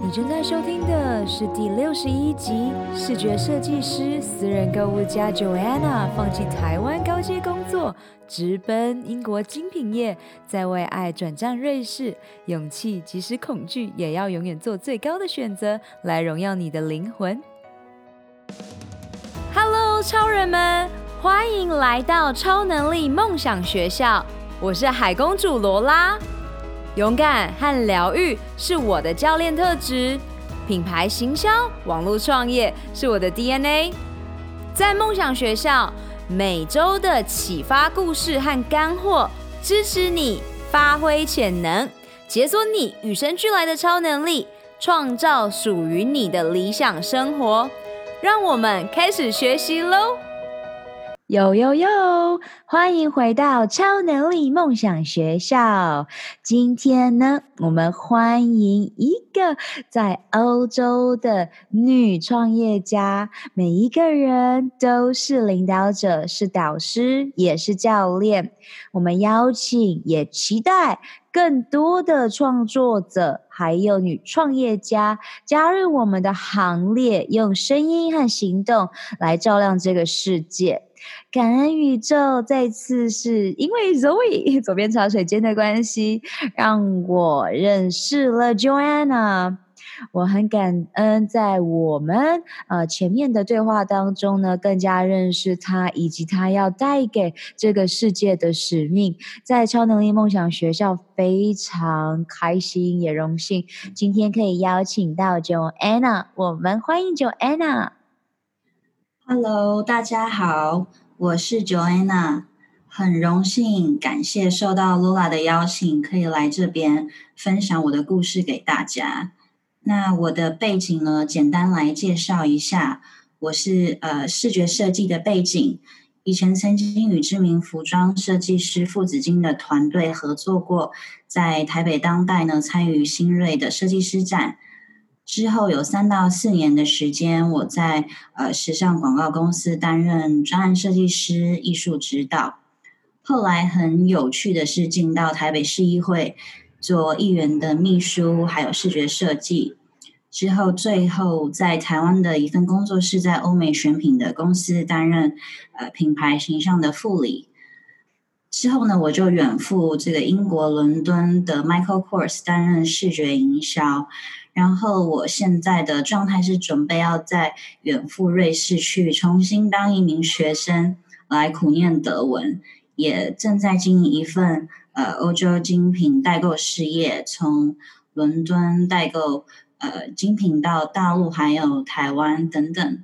你正在收听的是第61集，视觉设计师、私人购物家 Joanna 放弃台湾高阶工作，直奔英国精品业，再为爱转战瑞士，勇气即使恐惧也要永远做最高的选择，来荣耀你的灵魂。Hello， 超人们，欢迎来到超能力梦想学校，我是海公主罗拉。勇敢和疗愈是我的教练特质，品牌行销、网络创业是我的 DNA。在梦想学校，每周的启发故事和干货，支持你发挥潜能，解锁你与生俱来的超能力，创造属于你的理想生活。让我们开始学习喽！呦呦呦！欢迎回到超能力梦想学校。今天呢，我们欢迎一个在欧洲的女创业家。每一个人都是领导者，是导师，也是教练。我们邀请，也期待更多的创作者还有女创业家加入我们的行列，用声音和行动来照亮这个世界。感恩宇宙，再次是因为 Zoe 左边茶水间的关系，让我认识了 Joanna。我很感恩，在我们前面的对话当中呢，更加认识她以及她要带给这个世界的使命。在超能力梦想学校非常开心也荣幸，今天可以邀请到 Joanna， 我们欢迎 Joanna。Hello， 大家好，我是 Joanna， 很荣幸，感谢受到 Lola 的邀请，可以来这边分享我的故事给大家。那我的背景呢，简单来介绍一下，我是视觉设计的背景，以前曾经与知名服装设计师傅子金的团队合作过，在台北当代呢参与新锐的设计师展。之后有3到4年的时间，我在时尚广告公司担任专案设计师、艺术指导。后来很有趣的是，进到台北市议会做议员的秘书，还有视觉设计。之后最后在台湾的一份工作是在欧美选品的公司担任品牌形象的副理。之后呢，我就远赴这个英国伦敦的 Michael Kors 担任视觉营销。然后我现在的状态是准备要在远赴瑞士去重新当一名学生，来苦念德文，也正在经营一份欧洲精品代购事业，从伦敦代购精品到大陆还有台湾等等。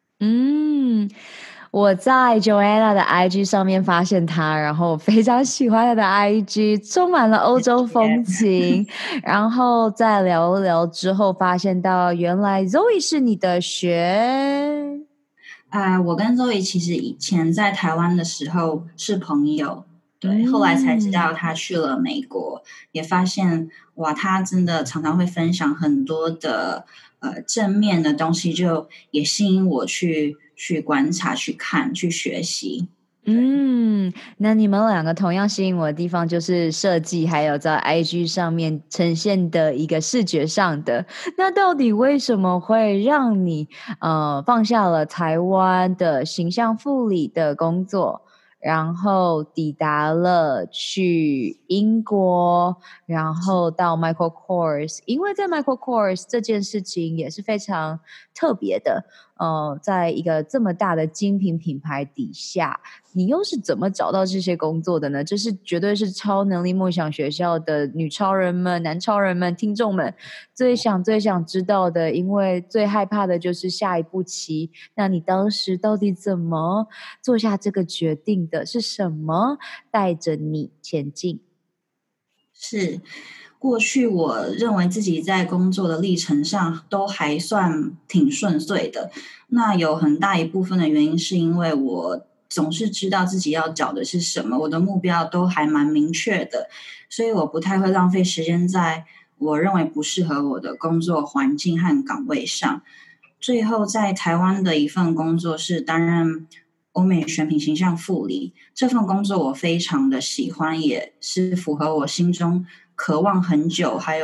我在 Joanna 的 IG 上面发现她，然后非常喜欢她的 IG， 充满了欧洲风情。然后再聊一聊之后，发现到原来 Zoe 是你的学。 我跟 Zoe 其实以前在台湾的时候是朋友，对，后来才知道她去了美国，也发现哇，她真的常常会分享很多的正面的东西，就也吸引我去观察、去看、去学习。 那你们两个同样吸引我的地方就是设计，还有在 IG 上面呈现的一个视觉上的。那到底为什么会让你放下了台湾的形象副理的工作，然后抵达了去英国，然后到 Michael Kors？ 因为在 Michael Kors 这件事情也是非常特别的。在一个这么大的精品品牌底下，你又是怎么找到这些工作的呢？这是绝对是超能力梦想学校的女超人们、男超人们、听众们最想知道的，因为最害怕的就是下一步棋。那你当时到底怎么做下这个决定的？是什么带着你前进？ 是过去我认为自己在工作的历程上都还算挺顺遂的，那有很大一部分的原因是因为我总是知道自己要找的是什么，我的目标都还蛮明确的，所以我不太会浪费时间在我认为不适合我的工作环境和岗位上。最后在台湾的一份工作是担任欧美选品形象副理，这份工作我非常的喜欢，也是符合我心中渴望很久还有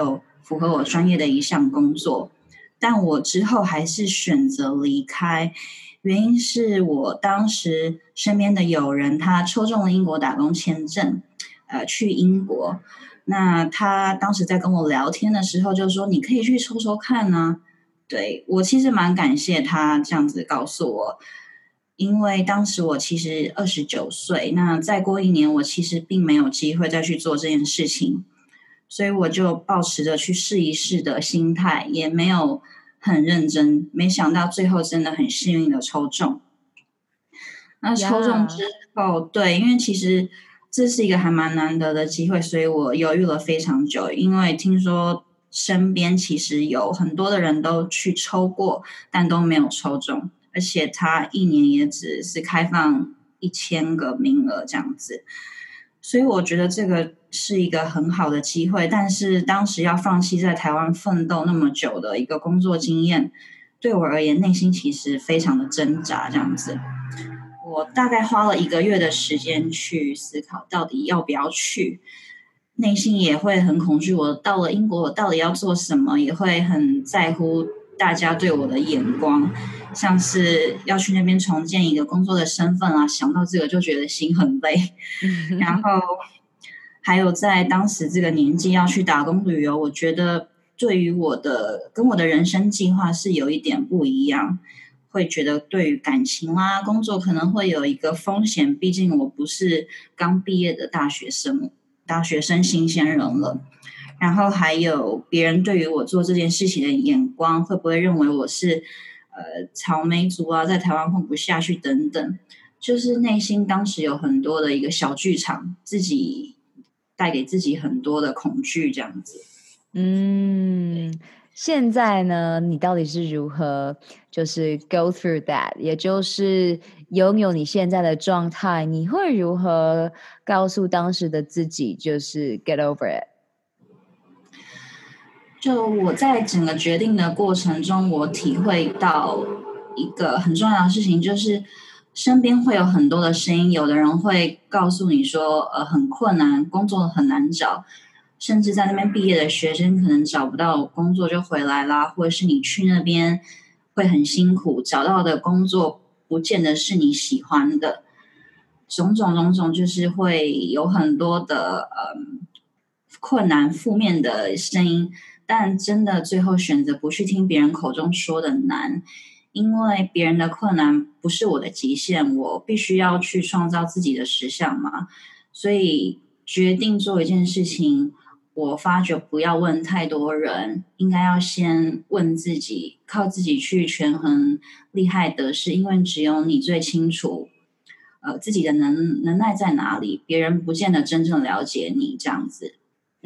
符合我专业的一项工作，但我之后还是选择离开，原因是我当时身边的友人他抽中了英国打工签证，去英国。那他当时在跟我聊天的时候就说：“你可以去抽抽看呢。”对，我其实蛮感谢他这样子告诉我，因为当时我其实29岁，那再过1年我其实并没有机会再去做这件事情，所以我就抱持着去试一试的心态，也没有很认真，没想到最后真的很幸运的抽中。那抽中之后，对，因为其实这是一个还蛮难得的机会，所以我犹豫了非常久，因为听说身边其实有很多的人都去抽过，但都没有抽中，而且他1年也只是开放1000个名额这样子，所以我觉得这个是一个很好的机会，但是当时要放弃在台湾奋斗那么久的一个工作经验，对我而言内心其实非常的挣扎这样子。我大概花了1个月的时间去思考到底要不要去，内心也会很恐惧，我到了英国我到底要做什么，也会很在乎大家对我的眼光，像是要去那边重建一个工作的身份啊，想到这个就觉得心很累。然后还有在当时这个年纪要去打工旅游，我觉得对于跟我的人生计划是有一点不一样，会觉得对于感情啦、工作可能会有一个风险，毕竟我不是刚毕业的大学生新鲜人了。然后还有别人对于我做这件事情的眼光，会不会认为我是草莓族啊，在台湾混不下去等等，就是内心当时有很多的一个小剧场，自己带给自己很多的恐惧这样子。 现在呢，你到底是如何就是 go through that， 也就是拥有你现在的状态，你会如何告诉当时的自己就是 get over it？ 就我在整个决定的过程中，我体会到一个很重要的事情，就是身边会有很多的声音，有的人会告诉你说很困难，工作很难找，甚至在那边毕业的学生可能找不到工作就回来啦，或者是你去那边会很辛苦，找到的工作不见得是你喜欢的，种种就是会有很多的困难负面的声音，但真的最后选择不去听别人口中说的难，因为别人的困难不是我的极限，我必须要去创造自己的实相嘛，所以决定做一件事情，我发觉不要问太多人，应该要先问自己，靠自己去权衡利害得失，因为只有你最清楚自己的能耐在哪里，别人不见得真正了解你这样子。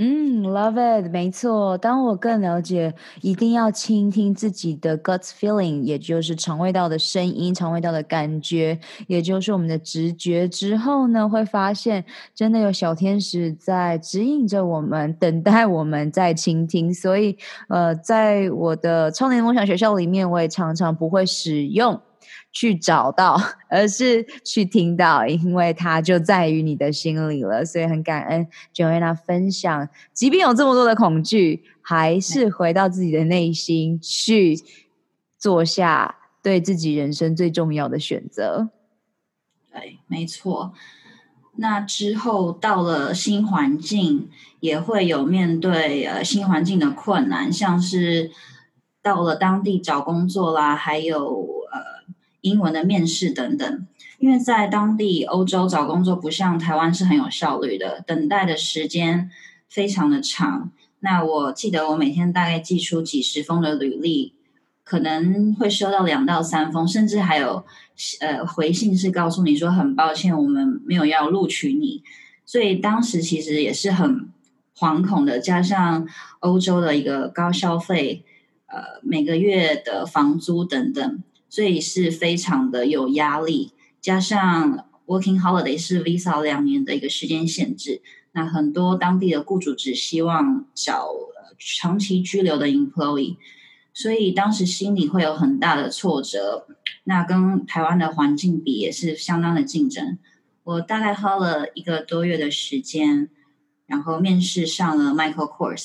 Love it， 没错。当我更了解，一定要倾听自己的 gut feeling， 也就是肠胃道的声音、肠胃道的感觉，也就是我们的直觉之后呢，会发现真的有小天使在指引着我们，等待我们在倾听。所以，在我的超能梦想学校里面，我也常常不会使用去找到，而是去听到，因为它就在于你的心里了。所以很感恩 Joanna 分享，即便有这么多的恐惧，还是回到自己的内心去做下对自己人生最重要的选择。 对，没错。那之后到了新环境，也会有面对新环境的困难，像是到了当地找工作啦，还有英文的面试等等。因为在当地欧洲找工作不像台湾是很有效率的，等待的时间非常的长。那我记得我每天大概寄出几十封的履历，可能会收到2到3封，甚至还有回信是告诉你说很抱歉，我们没有要录取你。所以当时其实也是很惶恐的，加上欧洲的一个高消费，每个月的房租等等，所以是非常的有压力。加上 Working Holiday 是 Visa 2年的一个时间限制，那很多当地的雇主只希望找长期居留的 employee， 所以当时心里会有很大的挫折。那跟台湾的环境比也是相当的竞争。我大概花了1个多月的时间，然后面试上了 Michael Kors，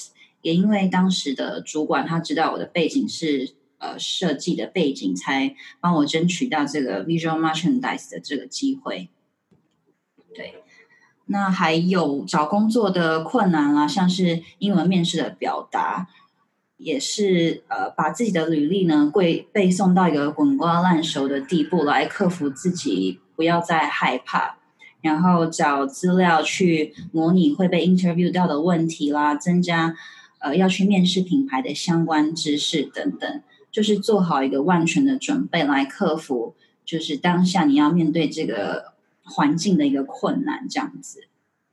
也因为当时的主管他知道我的背景是设计的背景，才帮我争取到这个 visual merchandise 的这个机会。对，那还有找工作的困难啦，像是英文面试的表达，也是把自己的履历呢背诵到一个滚瓜烂熟的地步，来克服自己不要再害怕，然后找资料去模拟会被 interview 到的问题啦，增加要去面试品牌的相关知识等等，就是做好一个万全的准备来克服，就是当下你要面对这个环境的一个困难，这样子。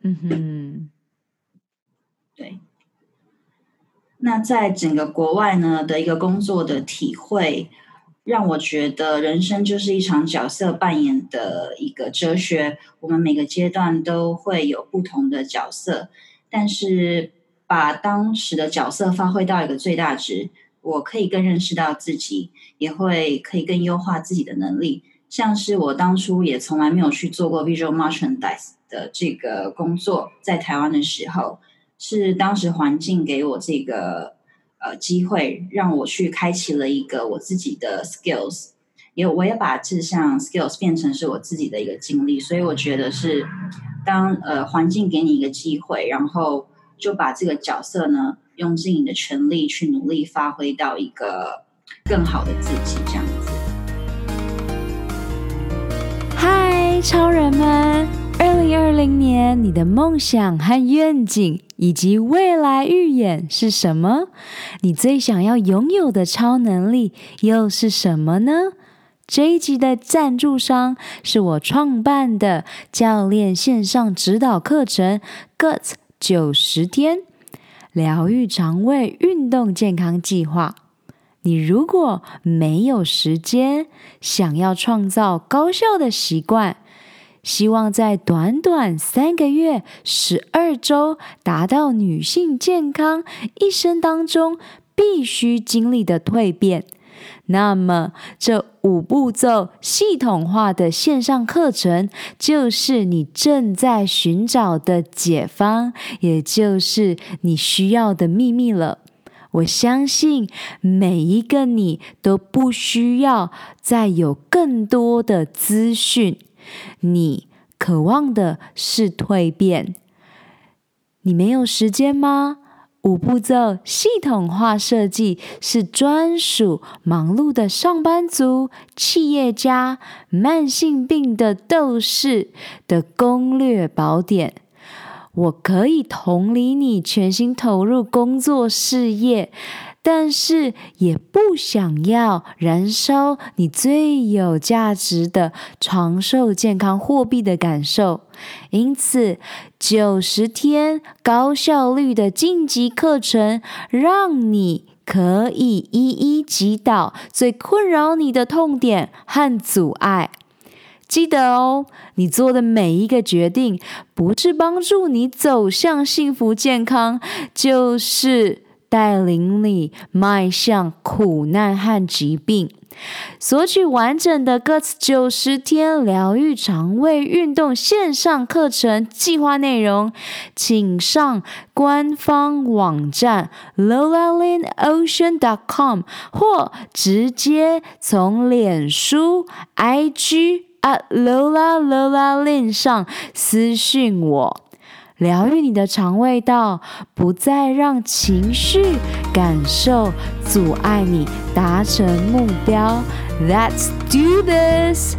对。那在整个国外呢的一个工作的体会，让我觉得人生就是一场角色扮演的一个哲学。我们每个阶段都会有不同的角色，但是把当时的角色发挥到一个最大值，我可以更认识到自己，也可以更优化自己的能力。像是我当初也从来没有去做过 visual merchandise 的这个工作，在台湾的时候，是当时环境给我这个机会，让我去开启了一个我自己的 skills， 我也把这项 skills 变成是我自己的一个经历，所以我觉得是当环境给你一个机会，然后就把这个角色呢用尽你的全力去努力发挥到一个更好的自己，这样子。 嗨，超人们！2020年，你的梦想和愿景以及未来预演是什么？你最想要拥有的超能力又是什么呢？这一集的赞助商是我创办的教练线上指导课程 Guts 90天疗愈肠胃运动健康计划。你如果没有时间，想要创造高效的习惯，希望在短短3个月、12周达到女性健康一生当中必须经历的蜕变，那么这5步骤系统化的线上课程就是你正在寻找的解方，也就是你需要的秘密了。我相信每一个你都不需要再有更多的资讯，你渴望的是蜕变。你没有时间吗？5步骤系统化设计是专属忙碌的上班族、企业家、慢性病的斗士的攻略宝典。我可以同理你全心投入工作事业，但是也不想要燃烧你最有价值的长寿健康货币的感受。因此90天高效率的晋级课程，让你可以一一击倒最困扰你的痛点和阻碍。记得哦，你做的每一个决定，不是帮助你走向幸福健康，就是带领你迈向苦难和疾病。索取完整的 Guts 90天疗愈肠胃运动线上课程计划内容，请上官方网站 lolalineocean.com 或直接从脸书 IG @LolaLolaLin 上私讯我。疗愈你的肠胃道，不再让情绪感受阻碍你达成目标。 Let's do this!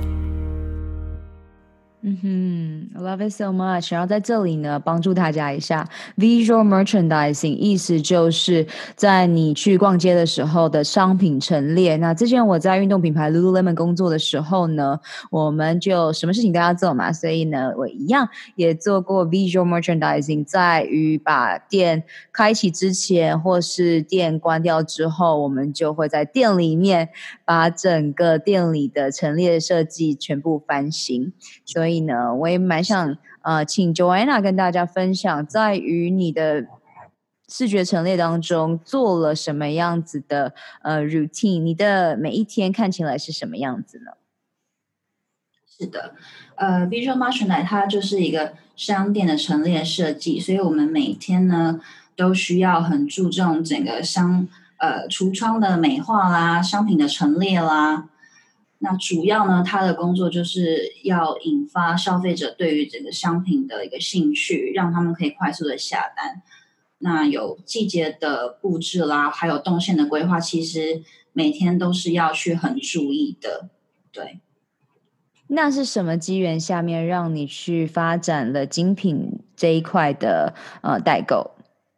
Love it so much. 然后在这里呢，帮助大家一下 Visual Merchandising， 意思就是在你去逛街的时候的商品陈列。那之前我在运动品牌 Lululemon 工作的时候呢，我们就什么事情都要做嘛，所以呢，我一样也做过 Visual Merchandising， 在于把店开启之前或是店关掉之后，我们就会在店里面把整个店里的陈列设计全部翻新。所以呢，我也蛮想请 Joanna 跟大家分享，在于你的视觉陈列当中做了什么样子的routine， 你的每一天看起来是什么样子呢？ 是的，Visual Merchandise 它就是一个商店的陈列设计，所以我们每天呢都需要很注重整个橱窗的美化啦，商品的陈列啦。那主要呢，他的工作就是要引发消费者对于整个商品的一个兴趣，让他们可以快速的下单。那有季节的布置啦，还有动线的规划，其实每天都是要去很注意的。对。 那是什么机缘下面让你去发展了精品这一块的代购？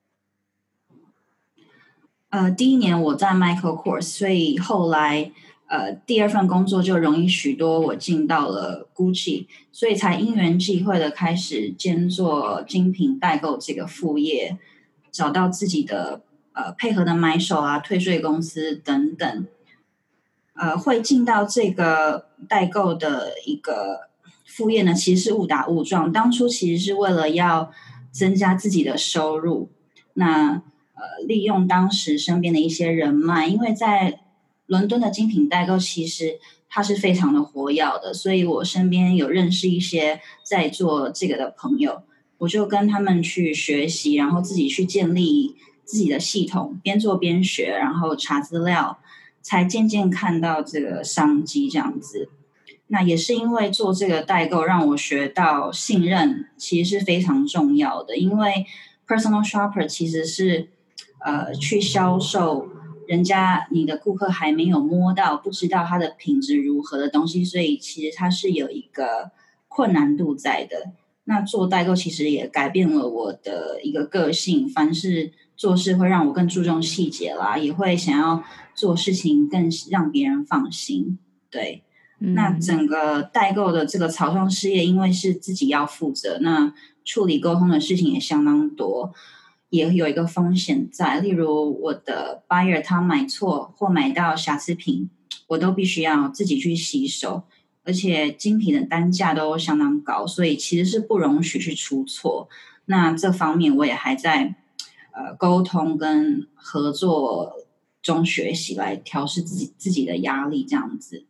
第一年我在 Michael Kors， 所以后来第二份工作就容易许多，我进到了 Gucci， 所以才因缘际会的开始兼做精品代购这个副业，找到自己的配合的买手啊、退税公司等等。会进到这个代购的一个副业呢，其实是误打误撞。当初其实是为了要增加自己的收入，那利用当时身边的一些人脉，因为在伦敦的精品代购其实它是非常的活跃的，所以我身边有认识一些在做这个的朋友，我就跟他们去学习，然后自己去建立自己的系统，边做边学，然后查资料，才渐渐看到这个商机这样子。那也是因为做这个代购，让我学到信任其实是非常重要的，因为 personal shopper 其实是去销售人家你的顾客还没有摸到、不知道它的品质如何的东西，所以其实它是有一个困难度在的。那做代购其实也改变了我的一个个性，凡是做事会让我更注重细节啦，也会想要做事情更让别人放心。对，那整个代购的这个草创事业，因为是自己要负责，那处理沟通的事情也相当多。也有一个风险在，例如我的 buyer 他买错或买到瑕疵品，我都必须要自己去洗手，而且精品的单价都相当高，所以其实是不容许去出错。那这方面我也还在沟通跟合作中学习，来调试自己的压力这样子。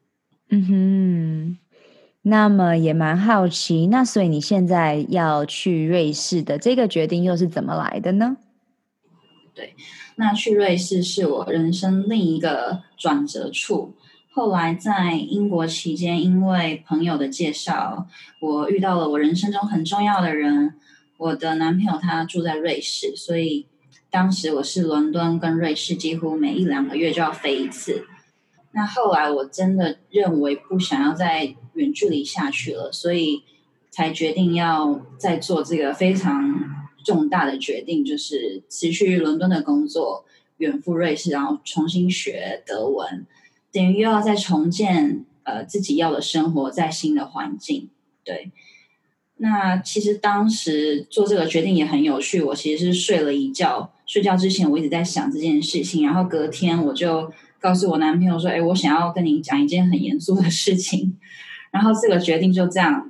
那么也蛮好奇，那所以你现在要去瑞士的这个决定又是怎么来的呢？ 对，那去瑞士是我人生另一个转折处。后来在英国期间，因为朋友的介绍，我遇到了我人生中很重要的人。我的男朋友他住在瑞士，所以当时我是伦敦跟瑞士几乎每1-2个月就要飞一次。那后来我真的认为不想要再远距离下去了，所以才决定要再做这个非常重大的决定，就是辞去伦敦的工作，远赴瑞士，然后重新学德文，等于又要再重建自己要的生活在新的环境。对，那其实当时做这个决定也很有趣，我其实是睡了一觉，睡觉之前我一直在想这件事情，然后隔天我就告诉我男朋友说，我想要跟你讲一件很严肃的事情，然后这个决定就这样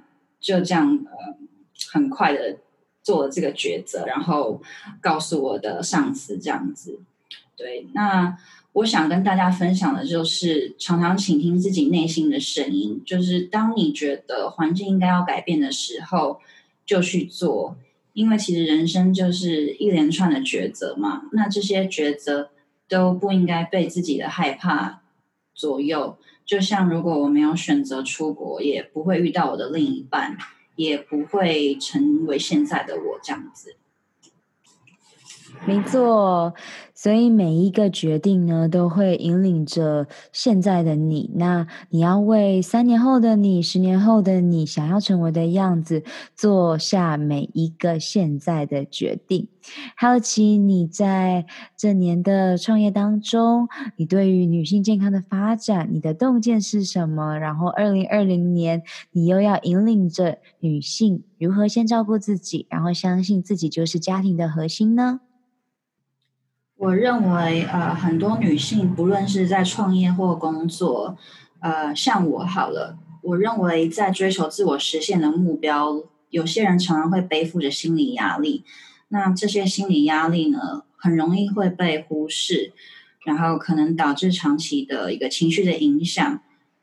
很快的做了这个抉择，然后告诉我的上司这样子。对，那我想跟大家分享的就是常常倾听自己内心的声音，就是当你觉得环境应该要改变的时候就去做，因为其实人生就是一连串的抉择嘛，那这些抉择都不应该被自己的害怕左右。就像如果我没有选择出国，也不会遇到我的另一半，也不会成为现在的我这样子。 没错，所以每一个决定呢，都会引领着现在的你。那你要为3年后的你、10年后的你想要成为的样子，做下每一个现在的决定。好奇你在这年的创业当中，你对于女性健康的发展，你的洞见是什么？然后2020年，你又要引领着女性如何先照顾自己，然后相信自己就是家庭的核心呢？ 我认为很多女性不论是在创业或工作，像我好了，我认为在追求自我实现的目标，有些人常常会背负着心理压力。那这些心理压力呢，很容易会被忽视，然后可能导致长期的一个情绪的影响。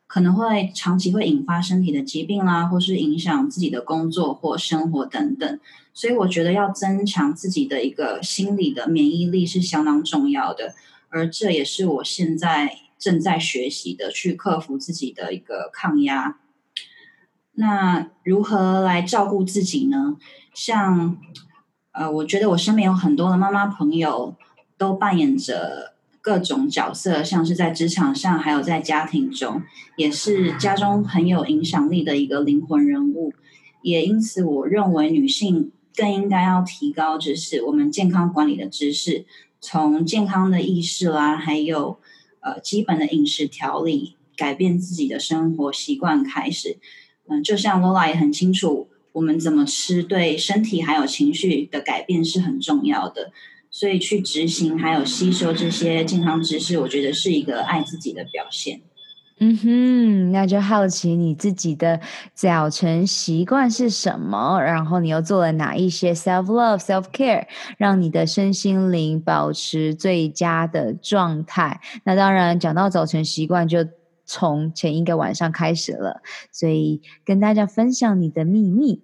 可能会长期会引发身体的疾病啦，或是影响自己的工作或生活等等。所以我觉得要增强自己的一个心理的免疫力是相当重要的，而这也是我现在正在学习的，去克服自己的一个抗压。那如何来照顾自己呢？像我觉得我身边有很多的妈妈朋友都扮演着各种角色，像是在职场上，还有在家庭中，也是家中很有影响力的一个灵魂人物。也因此，我认为女性更应该要提高就是我们健康管理的知识，从健康的意识啦，还有基本的饮食调理，改变自己的生活习惯开始。就像 Lola 也很清楚，我们怎么吃对身体还有情绪的改变是很重要的，所以去执行还有吸收这些健康知识，我觉得是一个爱自己的表现。 那就好奇你自己的早晨习惯是什么，然后你又做了哪一些 self love self care 让你的身心灵保持最佳的状态。那当然讲到早晨习惯就从前一个晚上开始了，所以跟大家分享你的秘密。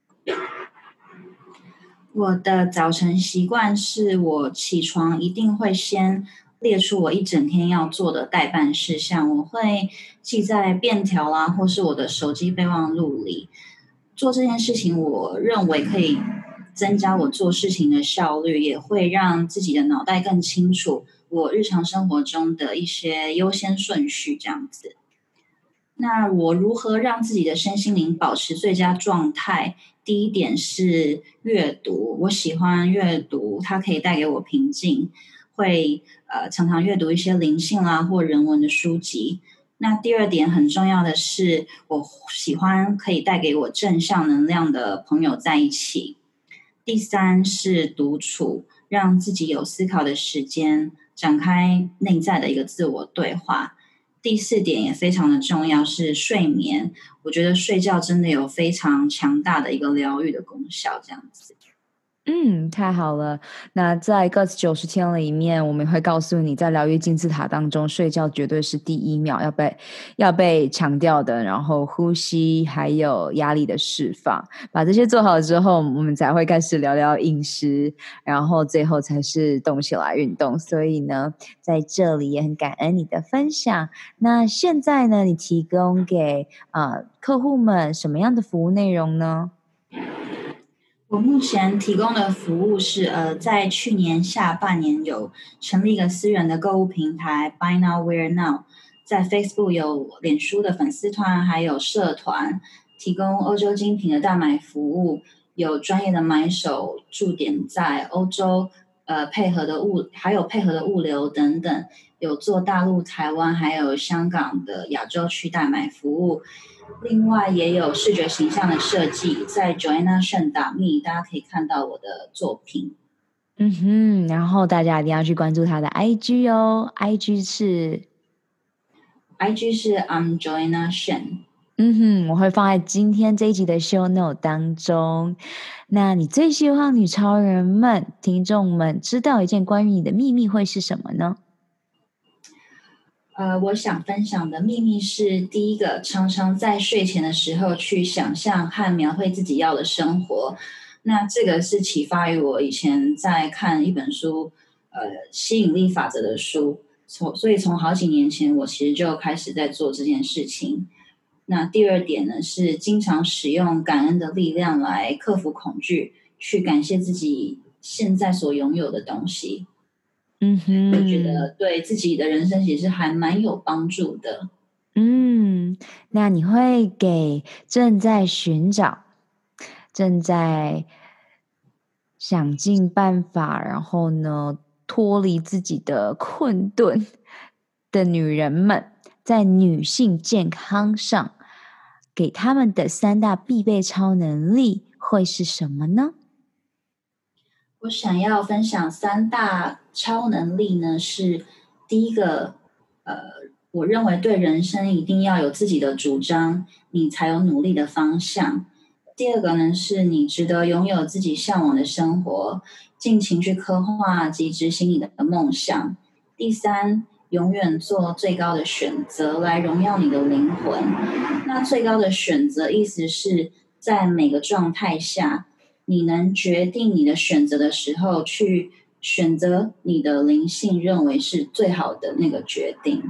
我的早晨习惯是我起床一定会先列出我一整天要做的待办事项，我会记在便条啦，或是我的手机备忘录里。做这件事情，我认为可以增加我做事情的效率，也会让自己的脑袋更清楚我日常生活中的一些优先顺序这样子。那我如何让自己的身心灵保持最佳状态？第一点是阅读，我喜欢阅读，它可以带给我平静，会常常阅读一些灵性啦或人文的书籍。那第二点很重要的是，我喜欢可以带给我正向能量的朋友在一起。第三是独处，让自己有思考的时间，展开内在的一个自我对话。第四点也非常的重要，是睡眠。我觉得睡觉真的有非常强大的一个疗愈的功效，这样子。 太好了。那在 Guts 90天里面，我们会告诉你，在疗愈金字塔当中，睡觉绝对是第一秒要被强调的。然后呼吸，还有压力的释放，把这些做好之后，我们才会开始聊聊饮食，然后最后才是动起来运动。所以呢，在这里也很感恩你的分享。那现在呢，你提供给客户们什么样的服务内容呢？ 我目前提供的服务是，在去年下半年有成立一个私人的购物平台 Buy Now Wear Now， 在 Facebook 有脸书的粉丝团，还有社团，提供欧洲精品的代买服务，有专业的买手驻点在欧洲，还有配合的物流等等，有做大陆、台湾还有香港的亚洲区代买服务。另外也有视觉形象的设计，在 Joanna Shen.me 大家可以看到我的作品。 然后大家一定要去关注他的 IG 哦 ，IG 是 I'm Joanna Shen。 我会放在今天这一集的 show note 当中。那你最希望女超人们、听众们知道一件关于你的秘密会是什么呢？ 我想分享的秘密是，第一个，常常在睡前的时候去想象和描绘自己要的生活。那这个是启发于我以前在看一本书，吸引力法则的书。所以从好几年前，我其实就开始在做这件事情。那第二点呢，是经常使用感恩的力量来克服恐惧，去感谢自己现在所拥有的东西。我觉得对自己的人生其实还蛮有帮助的。 那你会给正在寻找、正在想尽办法，然后呢脱离自己的困顿的女人们，在女性健康上，给他们的3大必备超能力会是什么呢？ 我想要分享3大超能力呢，是第一个，我认为对人生一定要有自己的主张，你才有努力的方向。第二个呢，是你值得拥有自己向往的生活，尽情去刻画及执行你的梦想。第三， 永远做最高的选择来荣耀你的灵魂。那最高的选择意思是在每个状态下，你能决定你的选择的时候，去选择你的灵性认为是最好的那个决定。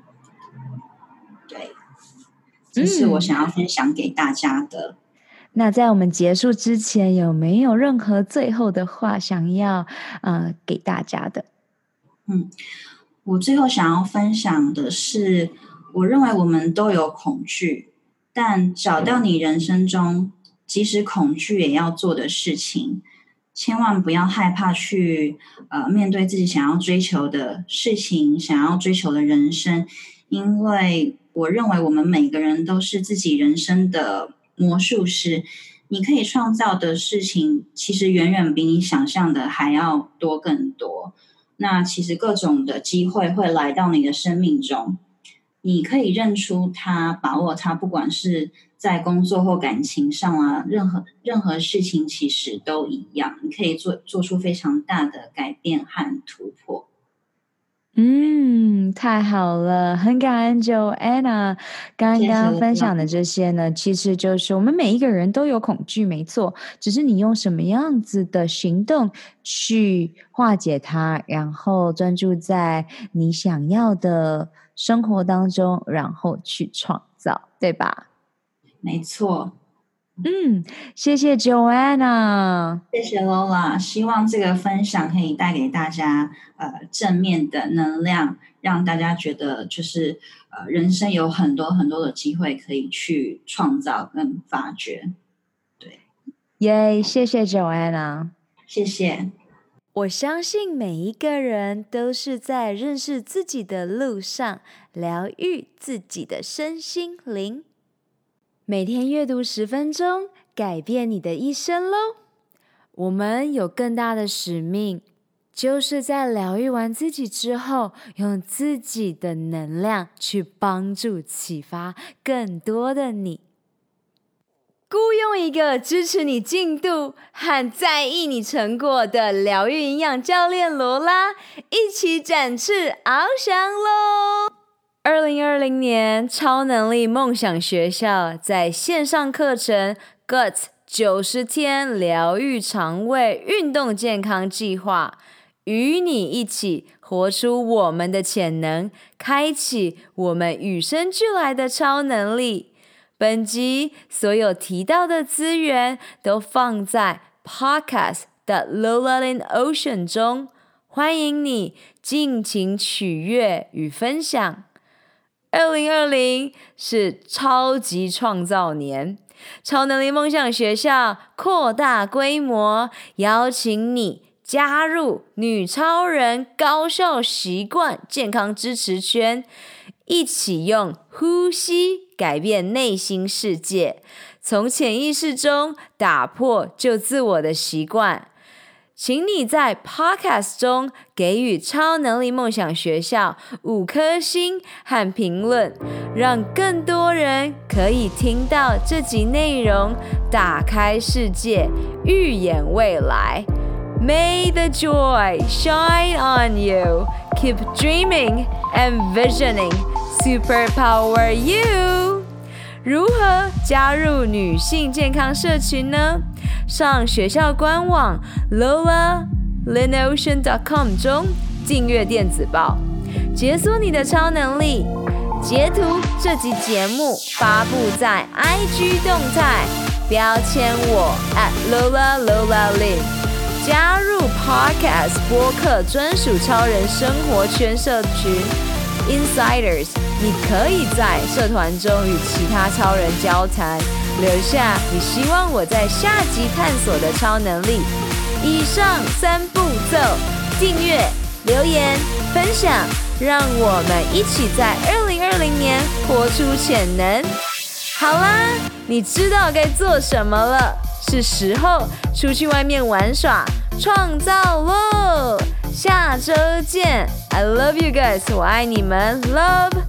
对，这是我想要分享给大家的。 那在我们结束之前，有没有任何最后的话想要给大家的？ 我最后想要分享的是，我认为我们都有恐惧，但找到你人生中即使恐惧也要做的事情。千万不要害怕去面对自己想要追求的事情，想要追求的人生，因为我认为我们每个人都是自己人生的魔术师，你可以创造的事情其实远远比你想象的还要多更多。那其实各种的机会会来到你的生命中，你可以认出它，把握它，不管是在工作或感情上啊，任何事情其实都一样，你可以做出非常大的改变和突破。 太好了，很感恩 Joanna 刚刚分享的这些呢，其实就是我们每一个人都有恐惧，没错，只是你用什么样子的行动去化解它，然后专注在你想要的生活当中，然后去创造，对吧？ 没错。 谢谢 Joanna， 谢谢 Lola， 希望这个分享可以带给大家正面的能量，让大家觉得就是人生有很多很多的机会可以去创造跟发掘。对， 耶，谢谢 Joanna， 谢谢。 我相信每一个人都是在认识自己的路上，疗愈自己的身心灵。每天阅读10分钟，改变你的一生咯。我们有更大的使命，就是在疗愈完自己之后，用自己的能量去帮助启发更多的你。雇佣一个支持你进度和在意你成果的疗愈营养教练罗拉，一起展翅翱翔咯。2020年超能力梦想学校在线上课程 GUTS 90天疗愈肠胃运动健康计划，与你一起活出我们的潜能，开启我们与生俱来的超能力。本集所有提到的资源都放在 Podcast 的 Lola in Ocean 中，欢迎你尽情取悦与分享。2020是超级创造年，超能力梦想学校扩大规模，邀请你加入女超人高效习惯健康支持圈，一起用呼吸改变内心世界，从潜意识中打破旧自我的习惯。请你在 Podcast 中给予超能力梦想学校5颗星和评论，让更多人可以听到这集内容，打开世界，预演未来。May the joy shine on you. Keep dreaming and visioning. Superpower you. 如何加入女性健康社群呢？上学校官网 LolaLinOcean.com 中订阅电子报，解锁你的超能力。截图这集节目发布在 IG 动态，标签我 @LolaLin， 加入 Podcast 播客专属超人生活圈社群 Insiders， 你可以在社团中与其他超人交谈，留下你希望我在下集探索的超能力。以上3步骤：订阅、留言、分享，让我们一起在2020年活出潜能。好啦，你知道该做什么了，是时候出去外面玩耍创造咯。下周见， I love you guys， 我爱你们 ，Love。